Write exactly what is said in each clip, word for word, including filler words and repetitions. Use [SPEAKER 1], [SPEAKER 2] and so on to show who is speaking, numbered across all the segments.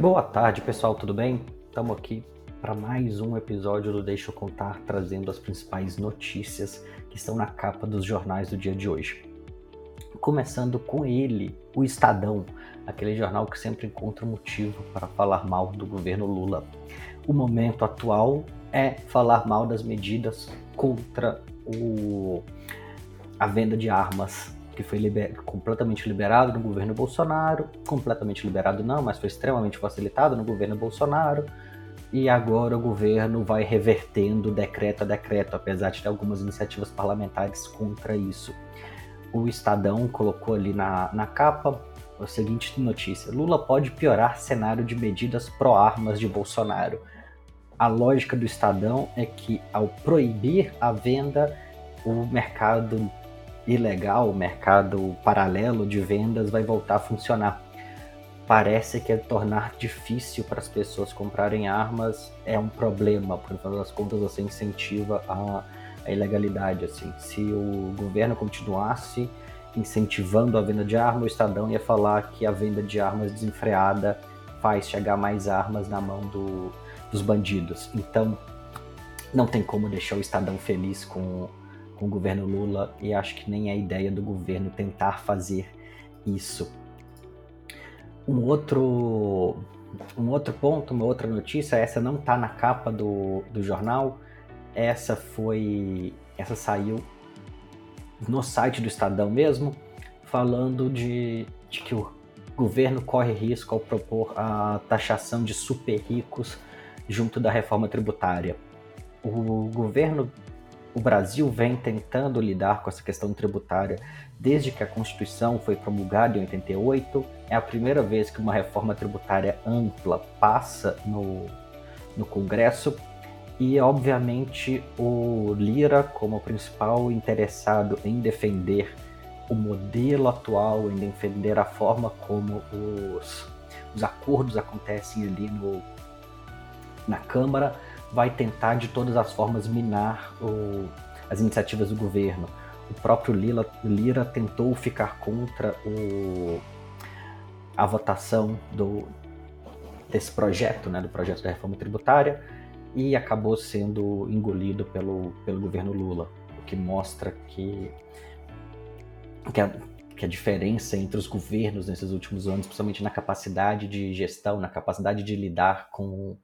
[SPEAKER 1] Boa tarde, pessoal, tudo bem? Estamos aqui para mais um episódio do Deixa eu Contar, trazendo as principais notícias que estão na capa dos jornais do dia de hoje. Começando com ele, o Estadão, aquele jornal que sempre encontra motivo para falar mal do governo Lula. O momento atual é falar mal das medidas contra o... a venda de armas, que foi liber... completamente liberado no governo Bolsonaro, completamente liberado não, mas foi extremamente facilitado no governo Bolsonaro, e agora o governo vai revertendo decreto a decreto, apesar de ter algumas iniciativas parlamentares contra isso. O Estadão colocou ali na, na capa a seguinte notícia: Lula pode piorar cenário de medidas pró-armas de Bolsonaro. A lógica do Estadão é que, ao proibir a venda, o mercado ilegal, o mercado paralelo de vendas vai voltar a funcionar. Parece que é tornar difícil para as pessoas comprarem armas é um problema, porque no final das contas você incentiva a, a ilegalidade. Assim. Se o governo continuasse incentivando a venda de armas, o Estadão ia falar que a venda de armas desenfreada faz chegar mais armas na mão do, dos bandidos. Então não tem como deixar o Estadão feliz com com o governo Lula, e acho que nem é a ideia do governo tentar fazer isso. Um outro, um outro ponto, uma outra notícia, essa não está na capa do, do jornal, essa foi, essa saiu no site do Estadão mesmo, falando de, de que o governo corre risco ao propor a taxação de super ricos junto da reforma tributária. O governo O Brasil vem tentando lidar com essa questão tributária desde que a Constituição foi promulgada em oitenta e oito. É a primeira vez que uma reforma tributária ampla passa no, no Congresso e, obviamente, o Lira, como principal interessado em defender o modelo atual, em defender a forma como os, os acordos acontecem ali no, na Câmara, vai tentar de todas as formas minar o, as iniciativas do governo. O próprio Lira, Lira tentou ficar contra o, a votação do, desse projeto, né, do projeto da reforma tributária, e acabou sendo engolido pelo, pelo governo Lula, o que mostra que, que, a, que a diferença entre os governos nesses últimos anos, principalmente na capacidade de gestão, na capacidade de lidar com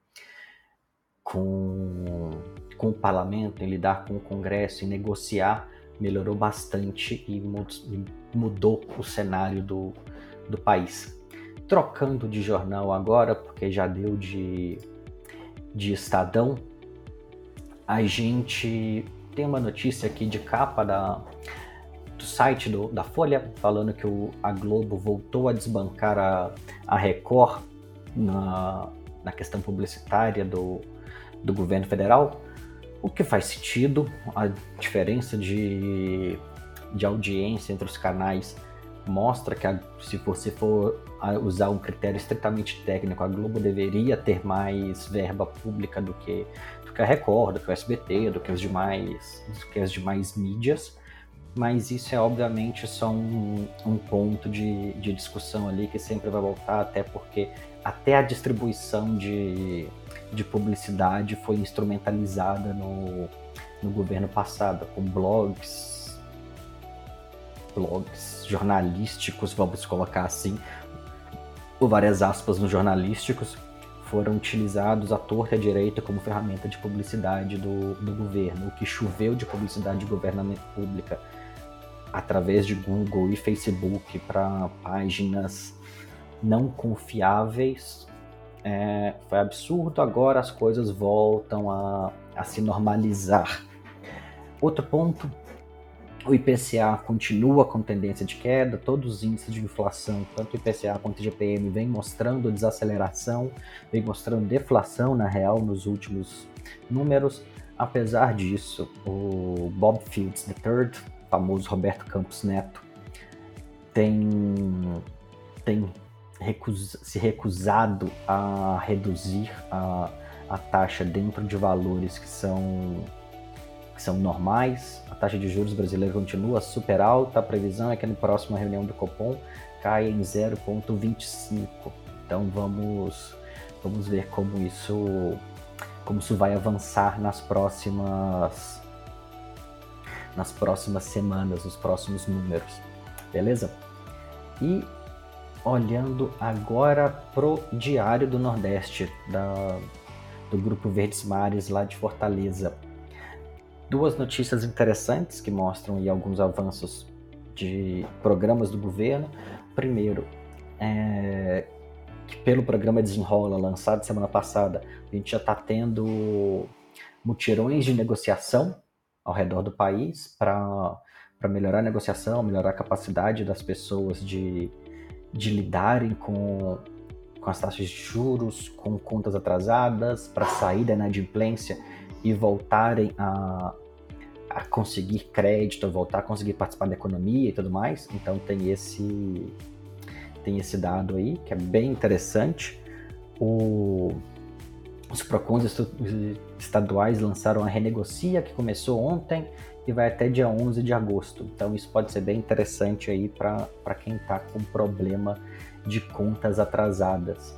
[SPEAKER 1] Com, com o parlamento, em lidar com o Congresso, em negociar, melhorou bastante e mudou o cenário do, do país. Trocando de jornal agora, porque já deu de, de Estadão, a gente tem uma notícia aqui de capa da, do site do, da Folha, falando que o, a Globo voltou a desbancar a, a Record na, na questão publicitária do do governo federal, o que faz sentido. A diferença de, de audiência entre os canais mostra que a, se você for usar um critério estritamente técnico, a Globo deveria ter mais verba pública do que, do que a Record, do que o S B T, do que, os demais, do que as demais mídias, mas isso é obviamente só um, um ponto de, de discussão ali que sempre vai voltar, até porque até a distribuição de, de publicidade foi instrumentalizada no, no governo passado, com blogs, blogs jornalísticos, vamos colocar assim, ou várias aspas nos jornalísticos, foram utilizados à torta e à direita como ferramenta de publicidade do, do governo, o que choveu de publicidade governamental pública através de Google e Facebook para páginas não confiáveis, é, foi absurdo. Agora as coisas voltam a, a se normalizar. Outro ponto, o I P C A continua com tendência de queda, todos os índices de inflação, tanto o I P C A quanto o I G P M, vem mostrando desaceleração, vem mostrando deflação na real nos últimos números. Apesar disso, o Bob Fields terceiro, famoso Roberto Campos Neto, tem, tem recus, se recusado a reduzir a, a taxa dentro de valores que são, que são normais. A taxa de juros brasileira continua super alta, a previsão é que na próxima reunião do Copom caia em zero vírgula vinte e cinco. Então vamos Vamos ver como isso, como isso vai avançar nas próximas, nas próximas semanas, nos próximos números, beleza? E olhando agora pro Diário do Nordeste, da, do Grupo Verdes Mares lá de Fortaleza. Duas notícias interessantes que mostram aí alguns avanços de programas do governo. Primeiro, é, que pelo programa Desenrola, lançado semana passada, a gente já está tendo mutirões de negociação ao redor do país para melhorar a negociação, melhorar a capacidade das pessoas de, de lidarem com, com as taxas de juros, com contas atrasadas, para sair da inadimplência e voltarem a, a conseguir crédito, voltar a conseguir participar da economia e tudo mais. Então tem esse, tem esse dado aí, que é bem interessante. O, os PROCONs estaduais lançaram a Renegocia, que começou ontem e vai até dia onze de agosto. Então isso pode ser bem interessante aí para quem está com problema de contas atrasadas.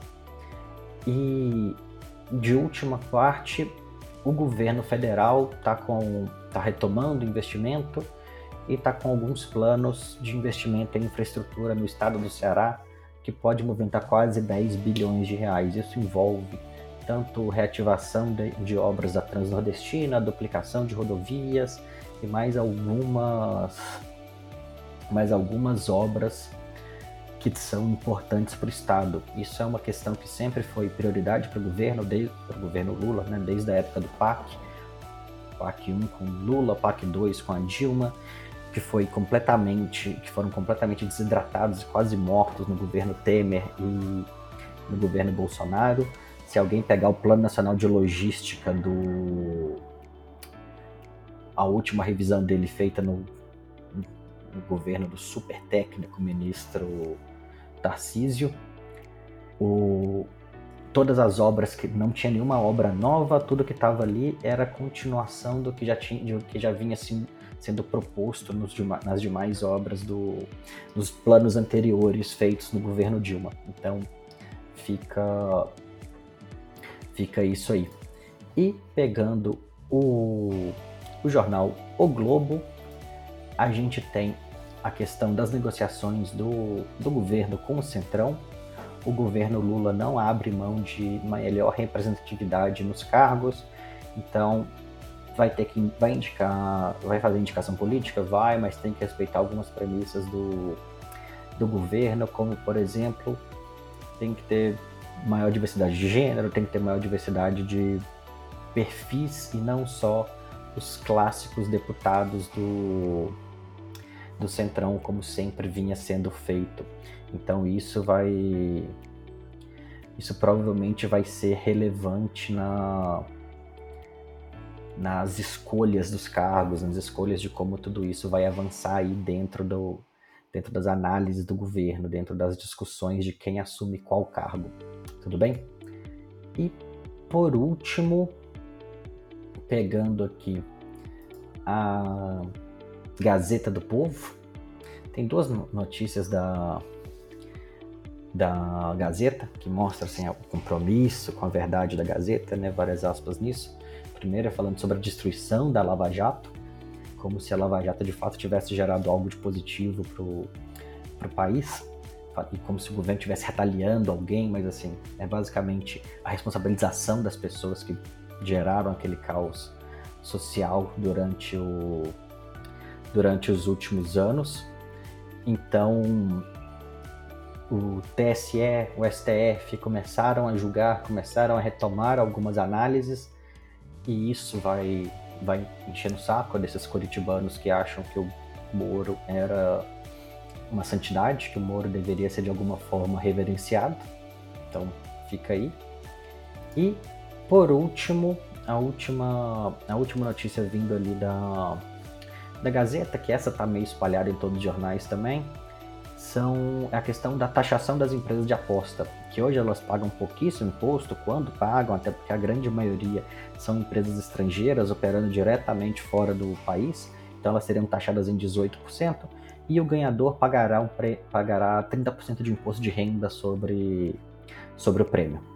[SPEAKER 1] E de última parte, o governo federal está tá retomando o investimento e está com alguns planos de investimento em infraestrutura no estado do Ceará, que pode movimentar quase dez bilhões de reais. Isso envolve tanto reativação de, de obras da Transnordestina, duplicação de rodovias e mais algumas, mais algumas obras que são importantes para o Estado. Isso é uma questão que sempre foi prioridade para o governo, desde o governo Lula, né, desde a época do P A C, P A C um com Lula, P A C dois com a Dilma, que, foi completamente, que foram completamente desidratados e quase mortos no governo Temer e no governo Bolsonaro. Se alguém pegar o Plano Nacional de Logística, do a última revisão dele feita no, no governo do super técnico ministro Tarcísio, o, todas as obras, que não tinha nenhuma obra nova, tudo que estava ali era continuação do que já, tinha, do que já vinha assim, sendo proposto nos, nas demais obras do, dos planos anteriores feitos no governo Dilma. Então fica, fica isso aí. E pegando o, o jornal O Globo, a gente tem a questão das negociações do, do governo com o Centrão. O governo Lula não abre mão de melhor representatividade nos cargos, então vai ter que vai indicar, vai fazer indicação política, vai, mas tem que respeitar algumas premissas do, do governo, como por exemplo, tem que ter maior diversidade de gênero, tem que ter maior diversidade de perfis e não só os clássicos deputados do do Centrão, como sempre vinha sendo feito. Então isso vai... Isso provavelmente vai ser relevante na, nas escolhas dos cargos, nas escolhas de como tudo isso vai avançar aí dentro, do, dentro das análises do governo, dentro das discussões de quem assume qual cargo. Tudo bem? E, por último, pegando aqui a Gazeta do Povo, tem duas notícias da, da Gazeta que mostram assim, o compromisso com a verdade da Gazeta, né, várias aspas nisso. Primeiro é falando sobre a destruição da Lava Jato, como se a Lava Jato de fato tivesse gerado algo de positivo para o país, e como se o governo estivesse retaliando alguém, mas assim, é basicamente a responsabilização das pessoas que geraram aquele caos social durante o durante os últimos anos. Então, o T S E, o S T F começaram a julgar, começaram a retomar algumas análises, e isso vai, vai enchendo o saco desses curitibanos que acham que o Moro era uma santidade, que o Moro deveria ser de alguma forma reverenciado. Então, fica aí. E, por último, a última, a última notícia vindo ali da... da Gazeta, que essa está meio espalhada em todos os jornais também, são a questão da taxação das empresas de aposta, que hoje elas pagam pouquíssimo imposto, quando pagam, até porque a grande maioria são empresas estrangeiras operando diretamente fora do país, então elas seriam taxadas em dezoito por cento, e o ganhador pagará, um pre... pagará trinta por cento de imposto de renda sobre, sobre o prêmio.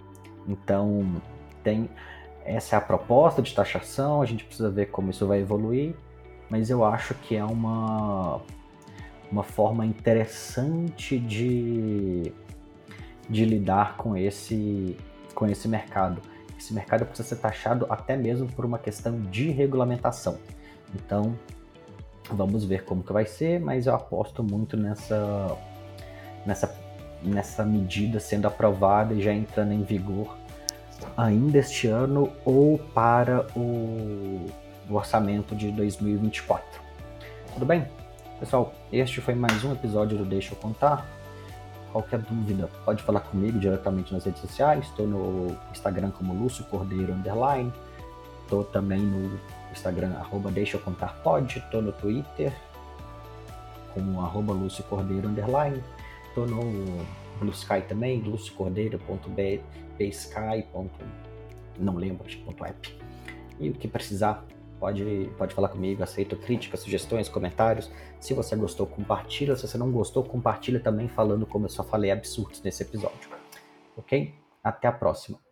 [SPEAKER 1] Então, tem essa é a proposta de taxação, a gente precisa ver como isso vai evoluir, mas eu acho que é uma, uma forma interessante de, de lidar com esse, com esse mercado. Esse mercado precisa ser taxado até mesmo por uma questão de regulamentação. Então, vamos ver como que vai ser, mas eu aposto muito nessa, nessa, nessa medida sendo aprovada e já entrando em vigor ainda este ano ou para o, o orçamento de dois mil e vinte e quatro. Tudo bem? Pessoal, este foi mais um episódio do Deixa Eu Contar. Qualquer dúvida, pode falar comigo diretamente nas redes sociais. Estou no Instagram como Lúcio Cordeiro Underline. Estou também no Instagram, arroba Deixa Eu Contar Pod. Estou no Twitter como arroba Lúcio Cordeiro Underline. Estou no Blue Sky também, luciocordeiro.bsky. Não lembro, acho ponto app. E o que precisar, pode, pode falar comigo. Aceito críticas, sugestões, comentários. Se você gostou, compartilha. Se você não gostou, compartilha também falando como eu só falei absurdos nesse episódio. Ok? Até a próxima.